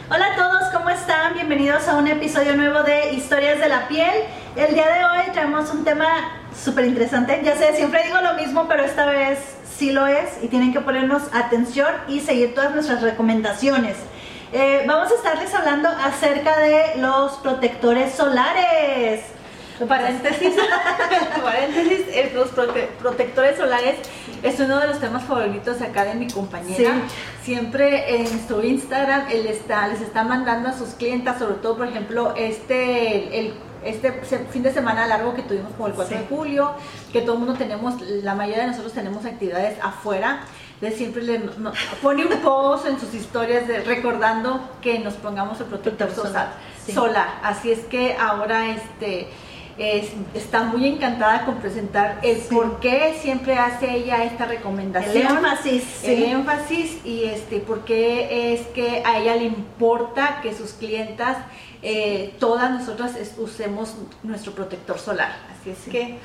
Hola a todos, ¿cómo están? Bienvenidos a un episodio nuevo de Historias de la Piel. El día de hoy traemos un tema súper interesante. Ya sé, siempre digo lo mismo, pero esta vez sí lo es y tienen que ponernos atención y seguir todas nuestras recomendaciones. Vamos a estarles hablando acerca de los protectores solares. Paréntesis, los protectores solares es uno de los temas favoritos acá de mi compañera. Sí. Siempre en su Instagram les está mandando a sus clientas, sobre todo por ejemplo este fin de semana largo que tuvimos como el 4 de julio, que todo el mundo tenemos, la mayoría de nosotros tenemos actividades afuera. Entonces siempre le pone un post en sus historias recordando que nos pongamos el protector solar. Así es que ahora está muy encantada con presentar el por qué siempre hace ella esta recomendación, el énfasis y por qué es que a ella le importa que sus clientas, todas nosotras usemos nuestro protector solar. Así es que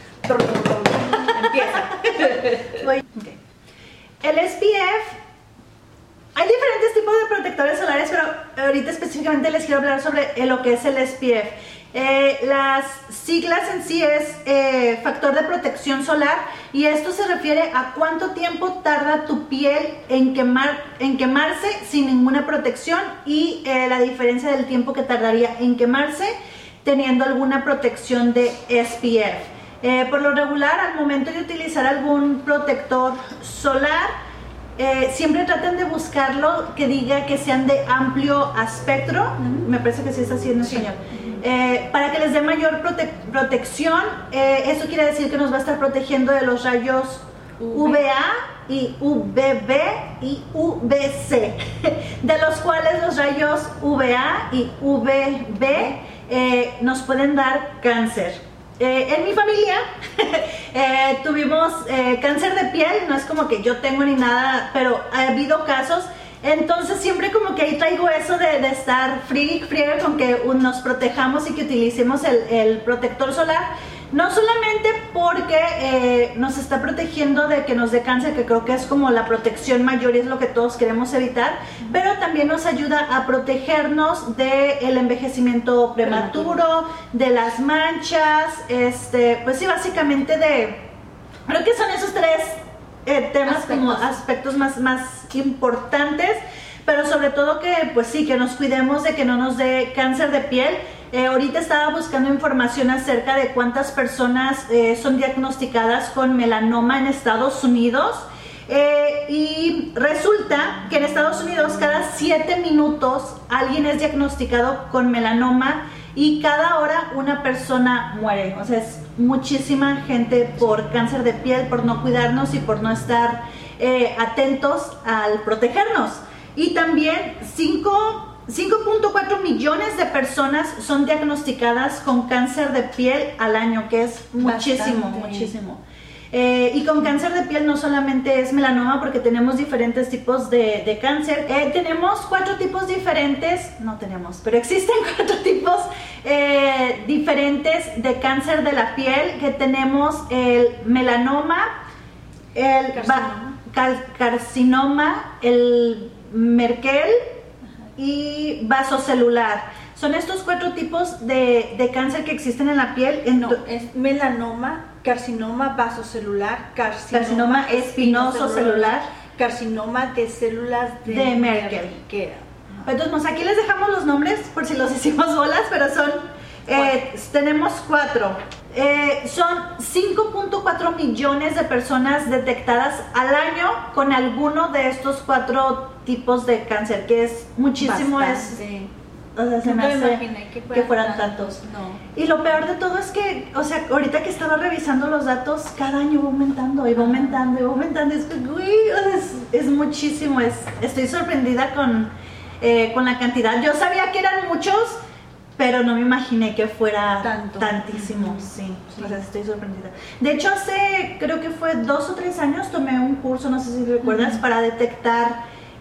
empieza. Okay. El SPF, hay diferentes tipos de protectores solares, pero ahorita específicamente les quiero hablar sobre lo que es el SPF. Las siglas en sí es factor de protección solar, y esto se refiere a cuánto tiempo tarda tu piel en quemarse sin ninguna protección y la diferencia del tiempo que tardaría en quemarse teniendo alguna protección de SPF. Por lo regular, al momento de utilizar algún protector solar, siempre traten de buscarlo que diga que sean de amplio espectro. Me parece que sí está así en español. Para que les dé mayor protección. Eso quiere decir que nos va a estar protegiendo de los rayos UVA y UVB y UVC, de los cuales los rayos UVA y UVB nos pueden dar cáncer. En mi familia tuvimos cáncer de piel. No es como que yo tengo ni nada, pero ha habido casos. Entonces siempre como que ahí traigo eso de estar friega con que nos protejamos y que utilicemos el protector solar. No solamente porque nos está protegiendo de que nos dé cáncer, que creo que es como la protección mayor y es lo que todos queremos evitar, pero también nos ayuda a protegernos del envejecimiento prematuro, de las manchas, pues sí, básicamente creo que son esos tres temas como aspectos más importantes, pero sobre todo que pues sí, que nos cuidemos de que no nos dé cáncer de piel. Ahorita estaba buscando información acerca de cuántas personas son diagnosticadas con melanoma en Estados Unidos, y resulta que en Estados Unidos cada 7 minutos alguien es diagnosticado con melanoma y cada hora una persona muere. O sea, es muchísima gente por cáncer de piel, por no cuidarnos y por no estar atentos al protegernos. Y también 5.4 millones de personas son diagnosticadas con cáncer de piel al año, que es muchísimo. Y con cáncer de piel no solamente es melanoma, porque tenemos diferentes tipos de cáncer. Tenemos 4 tipos diferentes, pero existen 4 tipos diferentes de cáncer de la piel, que tenemos el melanoma, el carcinoma, el Merkel y vasocelular. Son estos 4 tipos de cáncer que existen en la piel. Es melanoma, carcinoma vasocelular, carcinoma espinoso celular, carcinoma de células de Merkel. Entonces, aquí les dejamos los nombres por si los hicimos bolas, pero son tenemos 4. Son 5.4 millones de personas detectadas al año con alguno de estos 4 tipos de cáncer, que es muchísimo. O sea, se me hace que fueran tantos. No. Y lo peor de todo es que, o sea, ahorita que estaba revisando los datos, cada año va aumentando. Es que, es muchísimo. Estoy sorprendida con la cantidad. Yo sabía que eran muchos, pero no me imaginé que fuera tantísimo. Sí, o sea, estoy sorprendida. De hecho, creo que fue 2 o 3 años tomé un curso, no sé si recuerdas, para detectar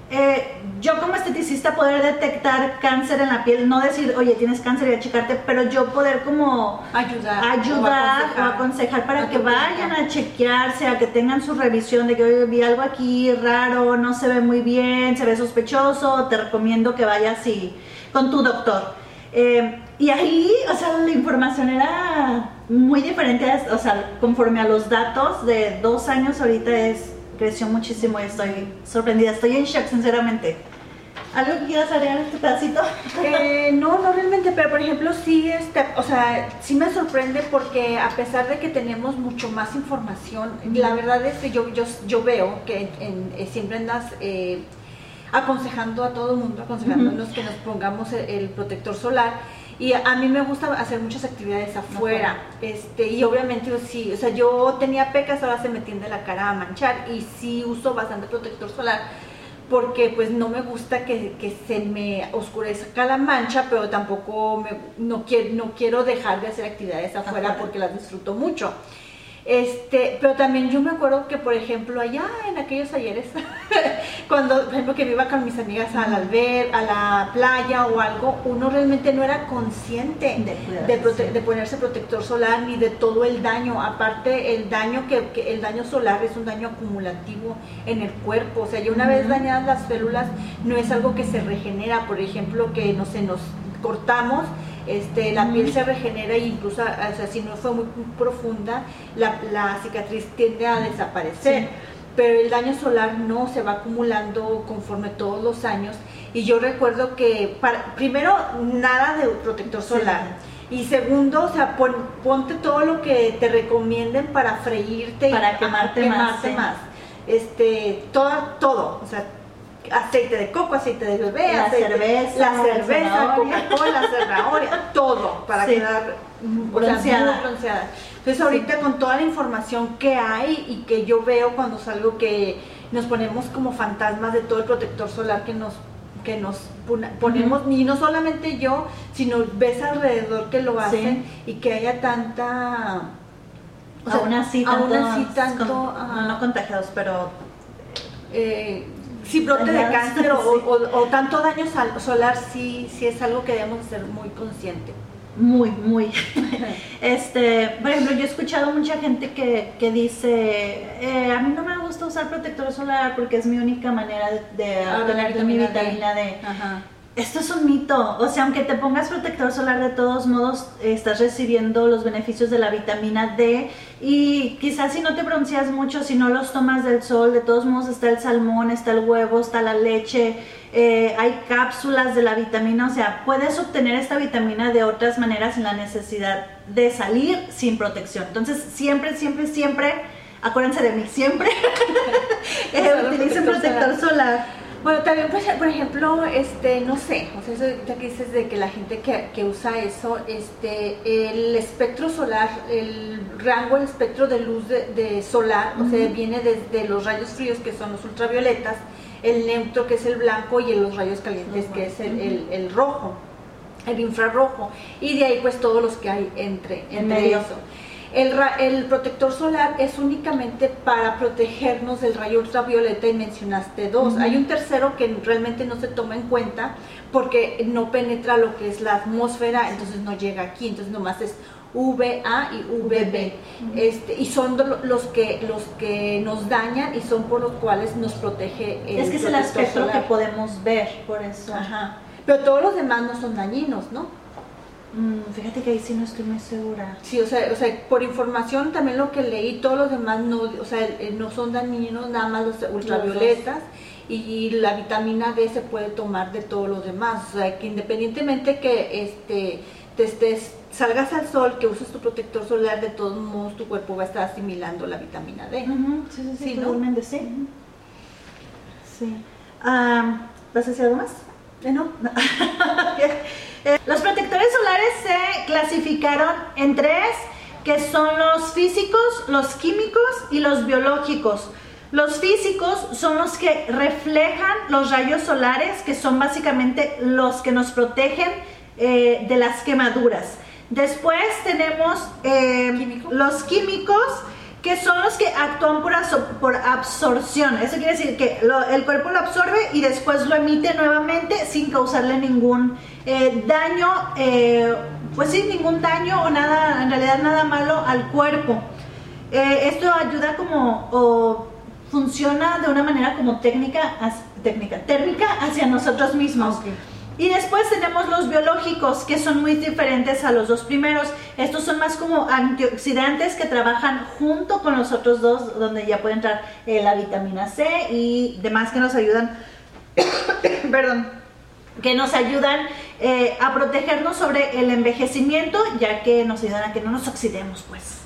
yo como esteticista poder detectar cáncer en la piel, no decir, oye, tienes cáncer y achicarte, pero yo poder como ayudar o aconsejar para que vayan a chequearse, a que tengan su revisión de que oye, vi algo aquí raro, no se ve muy bien, se ve sospechoso, te recomiendo que vayas con tu doctor. Y ahí, o sea, la información era muy diferente, o sea, conforme a los datos de 2 años ahorita creció muchísimo y estoy sorprendida, estoy en shock, sinceramente. ¿Algo que quieras agregar en este pedacito? No realmente, pero por ejemplo sí, o sea, sí me sorprende porque a pesar de que tenemos mucho más información, la verdad es que yo veo que siempre andas aconsejando a todo el mundo, aconsejándonos que nos pongamos el protector solar. Y a mí me gusta hacer muchas actividades afuera, y obviamente sí, o sea, yo tenía pecas, ahora se me tiende la cara a manchar y sí uso bastante protector solar porque pues no me gusta que se me oscurezca la mancha, pero tampoco no quiero dejar de hacer actividades afuera porque las disfruto mucho. Pero también yo me acuerdo que, por ejemplo, allá en aquellos ayeres, cuando, por ejemplo, que me iba con mis amigas a la playa o algo, uno realmente no era consciente de ponerse protector solar ni de todo el daño. Aparte, el daño el daño solar es un daño acumulativo en el cuerpo. O sea, ya una vez dañadas las células, no es algo que se regenera. Por ejemplo, que no sé, nos cortamos, la piel se regenera e incluso, o sea, si no fue muy profunda, la cicatriz tiende a desaparecer. Sí. Pero el daño solar no, se va acumulando conforme todos los años. Y yo recuerdo que, primero, nada de protector solar. Sí. Y segundo, o sea, ponte todo lo que te recomienden para freírte para y quemarte más. Todo, o sea, aceite de coco, aceite de bebé, la cerveza, Coca-Cola, zanahoria, todo para quedar bronceada. Entonces ahorita con toda la información que hay y que yo veo cuando salgo, que nos ponemos como fantasmas de todo el protector solar que nos ponemos, y no solamente yo, sino ves alrededor que lo hacen y que haya tanta... O sea, aún así tanto no contagiados, pero... si brote de cáncer o tanto daño solar, sí es algo que debemos ser muy conscientes. Muy. Por ejemplo, yo he escuchado mucha gente que dice, a mí no me gusta usar protector solar porque es mi única manera de obtener mi vitamina D. Ajá. Esto es un mito, o sea, aunque te pongas protector solar, de todos modos estás recibiendo los beneficios de la vitamina D, y quizás si no te bronceas mucho, si no los tomas del sol, de todos modos está el salmón, está el huevo, está la leche, hay cápsulas de la vitamina, o sea, puedes obtener esta vitamina de otras maneras sin la necesidad de salir sin protección. Entonces siempre, acuérdense de mí, siempre utilicen protector solar. Bueno, también, pues, por ejemplo, no sé, o sea, eso ya que dices de que la gente que usa eso, el espectro solar, el espectro de luz de solar, o sea, viene desde los rayos fríos, que son los ultravioletas, el neutro, que es el blanco, y los rayos calientes, que es el rojo, el infrarrojo, y de ahí pues todos los que hay entre eso. El protector solar es únicamente para protegernos del rayo ultravioleta, y mencionaste dos. Hay un tercero que realmente no se toma en cuenta porque no penetra lo que es la atmósfera, entonces no llega aquí, entonces nomás es UVA y UVB. Y son los que nos dañan y son por los cuales nos protege el es que es el aspecto solar que podemos ver, por eso. Ajá. Pero todos los demás no son dañinos, ¿no? Fíjate que ahí sí no estoy muy segura. Sí, o sea, por información también lo que leí, todos los demás no, o sea, no son dañinos, nada más los ultravioletas, y la vitamina D se puede tomar de todos los demás. O sea, que independientemente que salgas al sol, que uses tu protector solar, de todos modos tu cuerpo va a estar asimilando la vitamina D. Sí, totalmente, ¿no? Sí. ¿Vas a hacer algo más? No. Los protectores solares se clasificaron en 3, que son los físicos, los químicos y los biológicos. Los físicos son los que reflejan los rayos solares, que son básicamente los que nos protegen de las quemaduras. Después tenemos los químicos, que son los que actúan por absorción. Eso quiere decir que el cuerpo lo absorbe y después lo emite nuevamente sin causarle ningún daño, pues sí, ningún daño o nada, en realidad nada malo al cuerpo. Esto ayuda o funciona de una manera como térmica hacia nosotros mismos. Okay. Y después tenemos los biológicos, que son muy diferentes a los dos primeros. Estos son más como antioxidantes que trabajan junto con los otros dos, donde ya puede entrar la vitamina C y demás que nos ayudan, perdón, que nos ayudan a protegernos sobre el envejecimiento, ya que nos ayudan a que no nos oxidemos, pues.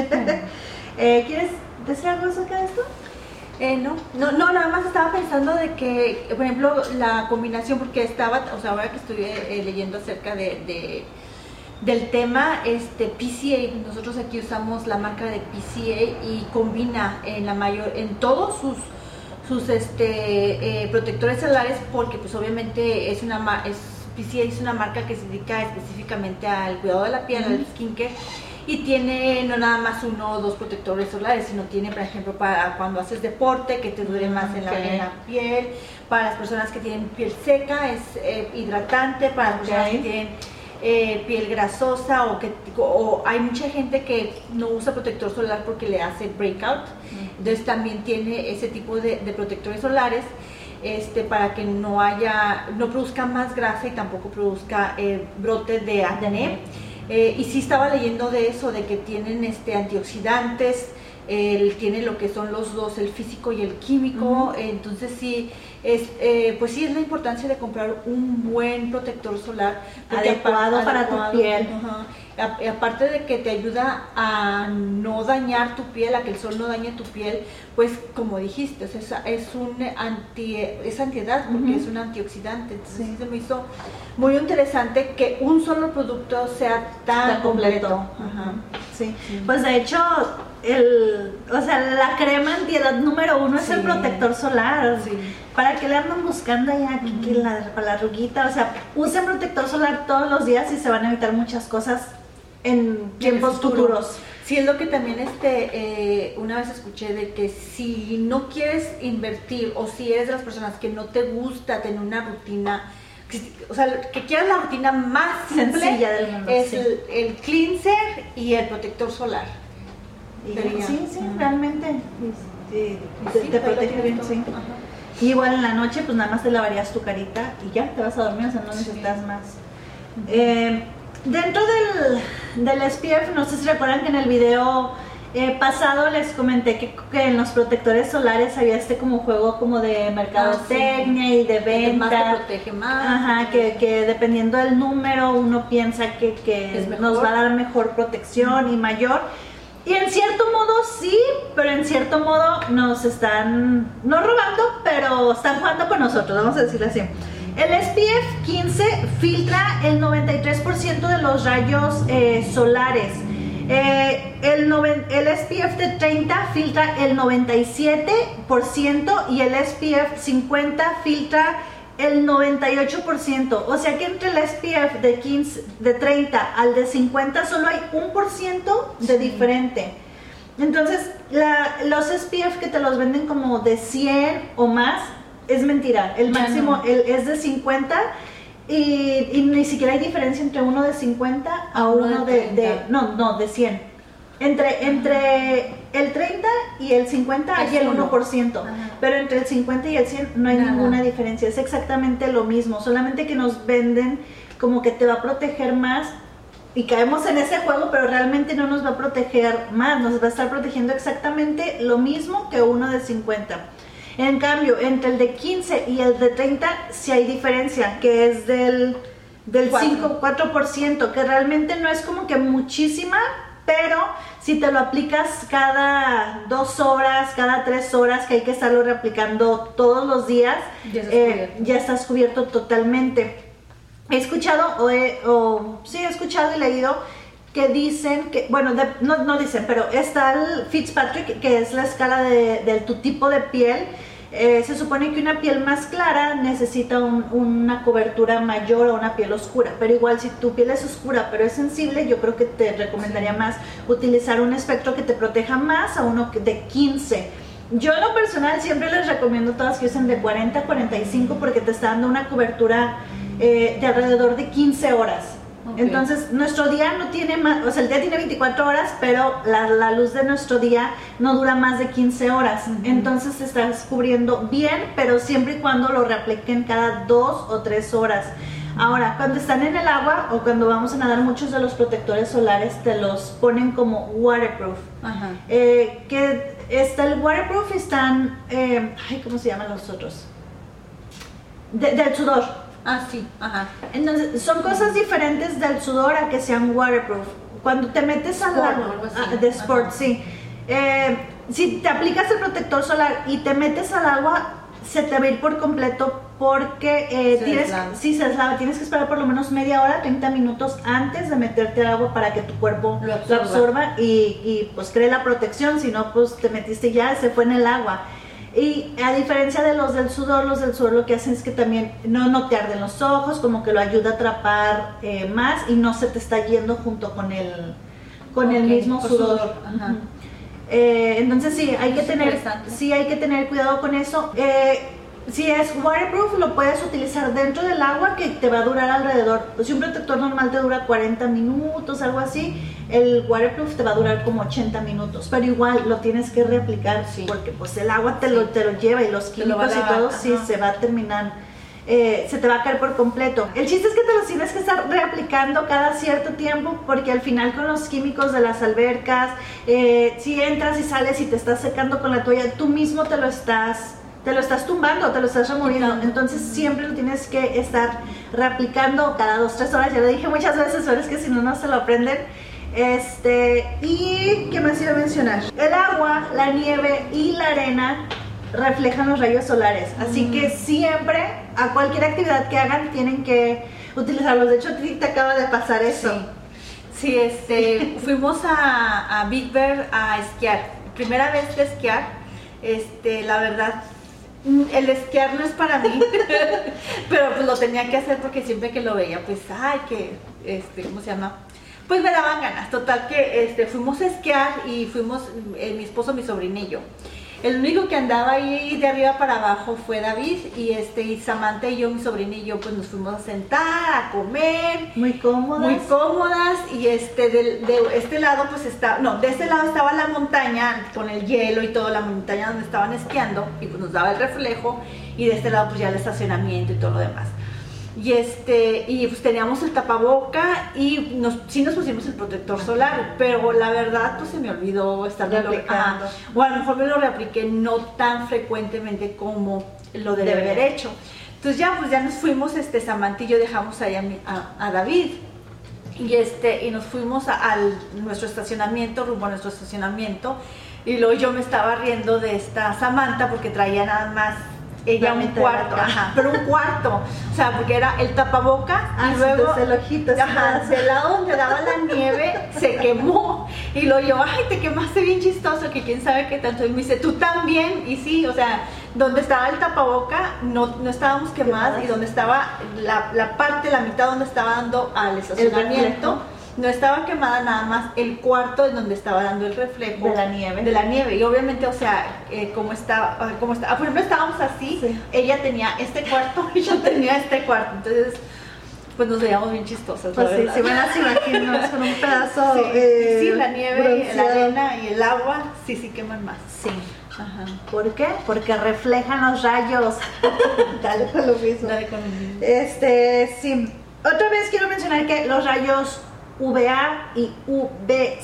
¿Quieres decir algo acerca de esto? No, nada más estaba pensando de que, por ejemplo, la combinación, porque ahora que estoy leyendo acerca del tema, PCA, nosotros aquí usamos la marca de PCA y combina en todos sus protectores solares, porque pues obviamente PCA es una marca que se dedica específicamente al cuidado de la piel, al skincare. Y tiene no nada más 1 o 2 protectores solares, sino tiene, por ejemplo, para cuando haces deporte, que te dure más en la piel. Para las personas que tienen piel seca, es hidratante. Para las personas que tienen piel grasosa o hay mucha gente que no usa protector solar porque le hace breakout. Entonces también tiene ese tipo de protectores solares. Para que no produzca más grasa y tampoco produzca brotes de acné. Y sí estaba leyendo de eso, de que tienen antioxidantes, tiene lo que son los dos, el físico y el químico. Entonces sí, pues sí es la importancia de comprar un buen protector solar adecuado para tu piel. Aparte de que te ayuda a no dañar tu piel, a que el sol no dañe tu piel, pues como dijiste, es antiedad porque es un antioxidante. Entonces se me hizo muy interesante que un solo producto sea tan completo. Sí. Pues de hecho, la crema antiedad número 1 es el protector solar. ¿Para qué le andan buscando allá para la arruguita? O sea, usen protector solar todos los días y se van a evitar muchas cosas en tiempos futuros. Sí, es lo que también una vez escuché, de que si no quieres invertir o si eres de las personas que no te gusta tener una rutina, o sea, que quieras la rutina más simple, sencilla del mundo, es el cleanser y el protector solar. Realmente te protege bien, Y igual en la noche pues nada más te lavarías tu carita y ya te vas a dormir, o sea, no necesitas más. Dentro del SPF, no sé si recuerdan que en el video pasado les comenté que en los protectores solares había como juego como de mercadotecnia y de venta. Más te protege más. Que dependiendo del número uno piensa que nos va a dar mejor protección y mayor. Y en cierto modo sí, pero en cierto modo nos están, no robando, pero están jugando con nosotros, vamos a decirlo así. El SPF 15 filtra el 93% de los rayos solares. El SPF de 30 filtra el 97% y el SPF 50 filtra el 98%. O sea que entre el SPF de 30 al de 50 solo hay 1% de diferente. Entonces los SPF que te los venden como de 100 o más es mentira. El máximo es de 50 y ni siquiera hay diferencia entre uno de 50 a uno de 100. Entre el 30 y el 50 hay el 1%, pero entre el 50 y el 100 no hay ninguna diferencia, es exactamente lo mismo, solamente que nos venden como que te va a proteger más y caemos en ese juego, pero realmente no nos va a proteger más, nos va a estar protegiendo exactamente lo mismo que uno de 50. En cambio, entre el de 15 y el de 30 sí hay diferencia, que es del 4%, que realmente no es como que muchísima, pero si te lo aplicas cada 2 horas, cada 3 horas, que hay que estarlo reaplicando todos los días, ya estás cubierto totalmente. He escuchado he escuchado y leído que dicen que, bueno, no dicen, pero está el Fitzpatrick, que es la escala de tu tipo de piel, Se supone que una piel más clara necesita una cobertura mayor a una piel oscura, pero igual si tu piel es oscura pero es sensible, yo creo que te recomendaría más utilizar un espectro que te proteja más a uno de 15. Yo en lo personal siempre les recomiendo a todas que usen de 40 a 45 porque te está dando una cobertura de alrededor de 15 horas. Okay. Entonces nuestro día no tiene más, o sea, el día tiene 24 horas, pero la luz de nuestro día no dura más de 15 horas. Entonces te estás cubriendo bien, pero siempre y cuando lo reapliquen cada 2 o 3 horas. Ahora, cuando están en el agua o cuando vamos a nadar, muchos de los protectores solares te los ponen como waterproof. Que está el waterproof, están, ¿cómo se llaman los otros? Del sudor. Ah, sí, ajá. Entonces, son cosas diferentes del sudor a que sean waterproof. Cuando te metes al agua, de sport, sí. Si te aplicas el protector solar y te metes al agua, se te va a ir por completo porque se deslava. Tienes que esperar por lo menos media hora, 30 minutos antes de meterte al agua para que tu cuerpo lo absorba y pues cree la protección. Si no, pues te metiste ya, se fue en el agua. Y a diferencia de los del sudor lo que hacen es que también no te arden los ojos, como que lo ayuda a atrapar más y no se te está yendo junto con el mismo sudor. Entonces sí, hay que tener cuidado con eso. Si es waterproof, lo puedes utilizar dentro del agua, que te va a durar alrededor, si un protector normal te dura 40 minutos, algo así, el waterproof te va a durar como 80 minutos, pero igual lo tienes que reaplicar, porque pues el agua te lo lleva y los químicos y todo, se va a terminar, se te va a caer por completo. El chiste es que te los tienes que estar reaplicando cada cierto tiempo, porque al final con los químicos de las albercas, si entras y sales y te estás secando con la toalla, tú mismo te lo estás tumbando, te lo estás removiendo. Entonces siempre lo tienes que estar reaplicando cada 2-3 horas. Ya lo dije muchas veces, pero es que si no se lo aprenden. ¿Y qué más iba a mencionar? El agua, la nieve y la arena reflejan los rayos solares. Así que siempre, a cualquier actividad que hagan, tienen que utilizarlos. De hecho, te acaba de pasar eso. Sí, fuimos a Big Bear a esquiar. Primera vez de esquiar. La verdad, el esquiar no es para mí, pero pues lo tenía que hacer porque siempre que lo veía, pues, ¿cómo se llama? Pues me daban ganas. Total que fuimos a esquiar y fuimos mi esposo, mi sobrina y yo. El único que andaba ahí de arriba para abajo fue David y Samantha y yo, mi sobrina y yo, pues nos fuimos a sentar, a comer. Muy cómodas. Y de este lado pues de este lado estaba la montaña con el hielo y toda la montaña donde estaban esquiando y pues nos daba el reflejo, y de este lado pues ya el estacionamiento y todo lo demás. Y pues teníamos el tapaboca y sí nos pusimos el protector solar, pero la verdad pues se me olvidó estar reaplicando. O a lo mejor me lo reapliqué no tan frecuentemente como lo debe haber hecho. Entonces ya nos fuimos, Samantha y yo dejamos ahí a David y nos fuimos a nuestro estacionamiento, rumbo a nuestro estacionamiento, y luego yo me estaba riendo de esta Samantha porque traía nada más ella un cuarto, pero un cuarto, o sea, porque era el tapaboca y luego el ojito, del lado donde daba la nieve se quemó, y luego yo, te quemaste bien chistoso, que quién sabe qué tanto, y me dice, tú también, y sí, o sea, donde estaba el tapaboca no estábamos quemadas, y donde estaba la mitad donde estaba dando al estacionamiento, no estaba quemada, nada más el cuarto en donde estaba dando el reflejo de la nieve. Y obviamente, o sea, como estaba, por ejemplo, estábamos así, ella tenía este cuarto y yo tenía este cuarto, entonces pues nos veíamos bien chistosas. Pues sí, si van a imaginarnos con un pedazo sí, la nieve, la arena y el agua, sí queman más. Sí. ¿Por qué? Porque reflejan los rayos. Dale con lo mismo. Sí. Otra vez quiero mencionar que los rayos UVA y UVB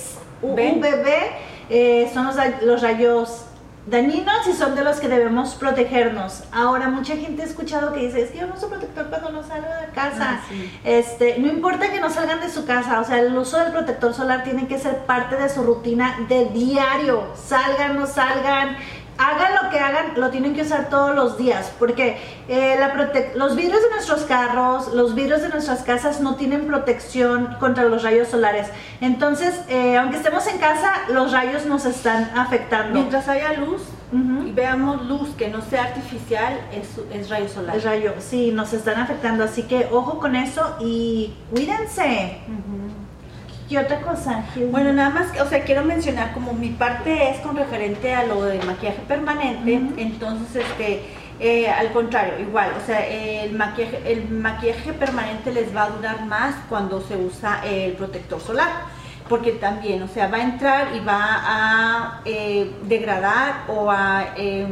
son los rayos dañinos y son de los que debemos protegernos. Ahora, mucha gente ha escuchado que dice, es que yo no uso protector cuando no salgo de casa. No importa que no salgan de su casa, o sea, el uso del protector solar tiene que ser parte de su rutina de diario. Salgan, no salgan, hagan lo que hagan, lo tienen que usar todos los días, porque los vidrios de nuestros carros, los vidrios de nuestras casas no tienen protección contra los rayos solares. Entonces, aunque estemos en casa, los rayos nos están afectando. Mientras haya luz, y veamos luz que no sea artificial, es rayo solar. Es rayo, sí, nos están afectando, así que ojo con eso y cuídense. ¿Qué otra cosa? Bueno, nada más, o sea, quiero mencionar como mi parte es con referente a lo del maquillaje permanente, entonces al contrario, igual, o sea, el maquillaje permanente les va a durar más cuando se usa el protector solar. Porque también, o sea, va a entrar y va a degradar o a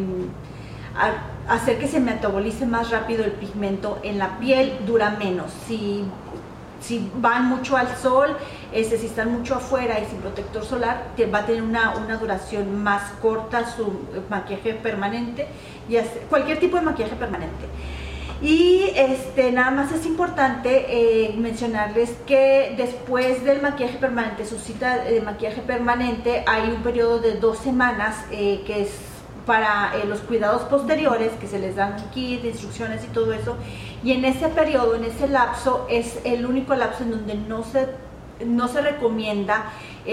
hacer que se metabolice más rápido el pigmento en la piel, dura menos. Si van mucho al sol, si están mucho afuera y sin protector solar, va a tener una duración más corta su maquillaje permanente, y cualquier tipo de maquillaje permanente. Y nada más es importante mencionarles que después del maquillaje permanente, su cita de maquillaje permanente, hay un periodo de 2 semanas que es para los cuidados posteriores, que se les dan un kit de instrucciones y todo eso, y en ese periodo, en ese lapso, es el único lapso en donde no se recomienda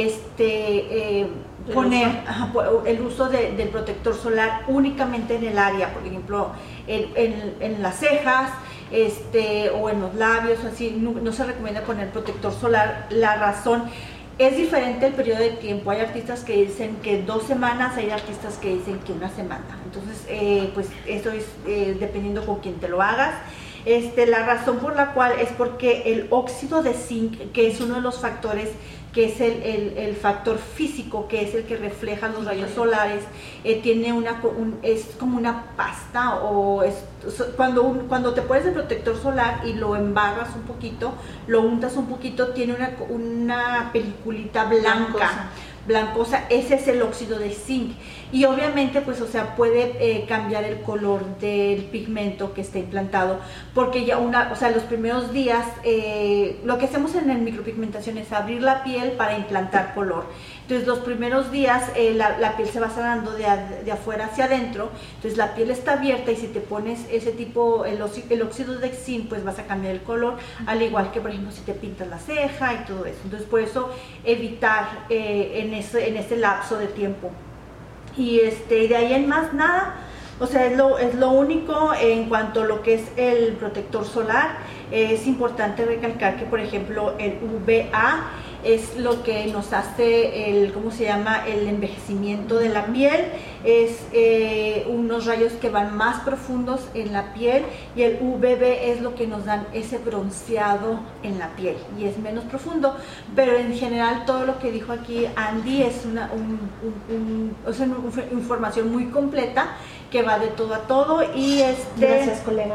poner el uso del protector solar únicamente en el área, por ejemplo, en las cejas, o en los labios, así, no se recomienda poner protector solar. La razón es diferente el periodo de tiempo. Hay artistas que dicen que 2 semanas, hay artistas que dicen que 1 semana. Entonces, pues eso es dependiendo con quién te lo hagas. La razón por la cual es porque el óxido de zinc, que es uno de los factores, que es el factor físico, que es el que refleja los rayos solares, es como una pasta, o cuando te pones el protector solar y lo embarras un poquito, lo untas un poquito, tiene una peliculita blancosa, ese es el óxido de zinc, y obviamente pues, o sea, puede cambiar el color del pigmento que está implantado, porque ya los primeros días, lo que hacemos en el micropigmentación es abrir la piel para implantar color. Entonces los primeros días la piel se va sanando de afuera hacia adentro, entonces la piel está abierta, y si te pones ese tipo, el óxido de zinc, pues vas a cambiar el color, al igual que por ejemplo si te pintas la ceja y todo eso. Entonces por eso evitar en ese lapso de tiempo. Y de ahí en más nada, o sea, es lo único en cuanto a lo que es el protector solar. Es importante recalcar que, por ejemplo, el UVA es lo que nos hace el envejecimiento de la piel. Es unos rayos que van más profundos en la piel, y el UVB es lo que nos dan ese bronceado en la piel, y es menos profundo. Pero en general todo lo que dijo aquí Andy es una información muy completa, que va de todo a todo. Y gracias, colega.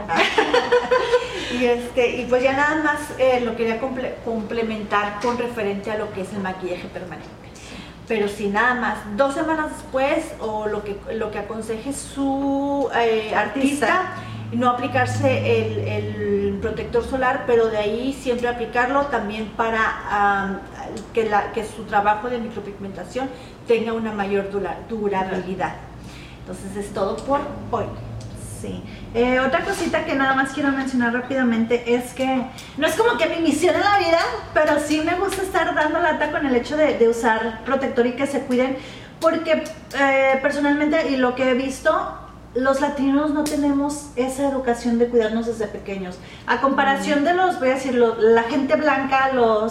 y pues ya nada más lo quería complementar con referente a lo que es el maquillaje permanente. Pero si nada más 2 semanas después, o lo que aconseje su artista, no aplicarse el protector solar, pero de ahí siempre aplicarlo también para que su trabajo de micropigmentación tenga una mayor durabilidad. Entonces es todo por hoy. Sí. Otra cosita que nada más quiero mencionar rápidamente es que no es como que mi misión en la vida, pero sí me gusta estar dando lata con el hecho de usar protector y que se cuiden, porque personalmente, y lo que he visto, los latinos no tenemos esa educación de cuidarnos desde pequeños. A comparación de voy a decirlo, la gente blanca,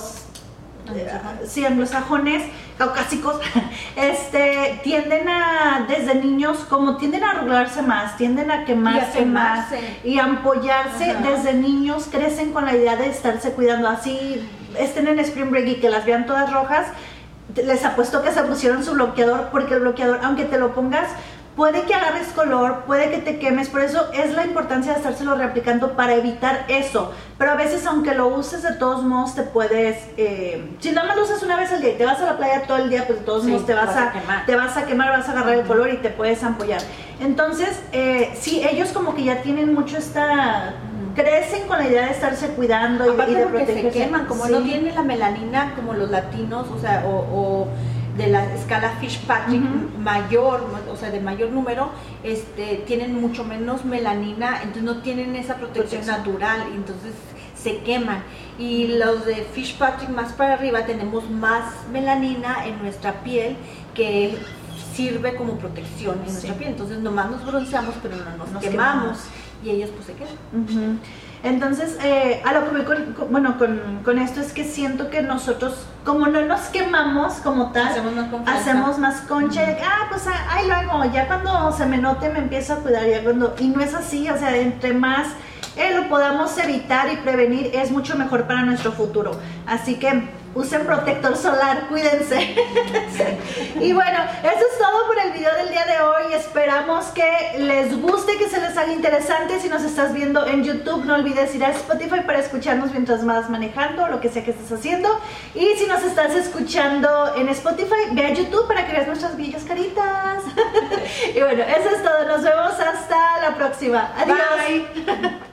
anglosajones, caucásicos, tienden desde niños, como tienden a arrugarse más, tienden a quemarse más y a ampollarse. Desde niños crecen con la idea de estarse cuidando. Así estén en Spring Break y que las vean todas rojas, les apuesto que se pusieron su bloqueador, porque el bloqueador, aunque te lo pongas, puede que agarres color, puede que te quemes. Por eso es la importancia de estárselo reaplicando, para evitar eso. Pero a veces, aunque lo uses, de todos modos te puedes, si nada más lo usas una vez al día y te vas a la playa todo el día, pues de todos modos te vas a quemar, vas a agarrar el color y te puedes ampollar. Entonces, sí, ellos como que ya tienen mucho crecen con la idea de estarse cuidando y de protegerse. Se queman, como no tienen la melanina como los latinos, o sea, de la escala Fitzpatrick mayor, o sea, de mayor número, tienen mucho menos melanina, entonces no tienen esa protección natural, entonces se queman. Y los de Fitzpatrick más para arriba tenemos más melanina en nuestra piel que sirve como protección en nuestra piel, entonces nomás nos bronceamos pero no nos quemamos y ellos pues se quedan. Entonces, a lo que voy con esto es que siento que nosotros, como no nos quemamos como tal, hacemos más concha, pues ahí lo hago, ya cuando se me note me empiezo a cuidar, y no es así, o sea, entre más lo podamos evitar y prevenir, es mucho mejor para nuestro futuro. Así que usen protector solar, cuídense. Y bueno, eso es todo por el video del día de hoy. Esperamos que les guste, que se les haga interesante. Si nos estás viendo en YouTube, no olvides ir a Spotify para escucharnos mientras vas manejando, lo que sea que estés haciendo. Y si nos estás escuchando en Spotify, ve a YouTube para que veas nuestras bellas caritas. Y bueno, eso es todo. Nos vemos hasta la próxima. Adiós. Bye.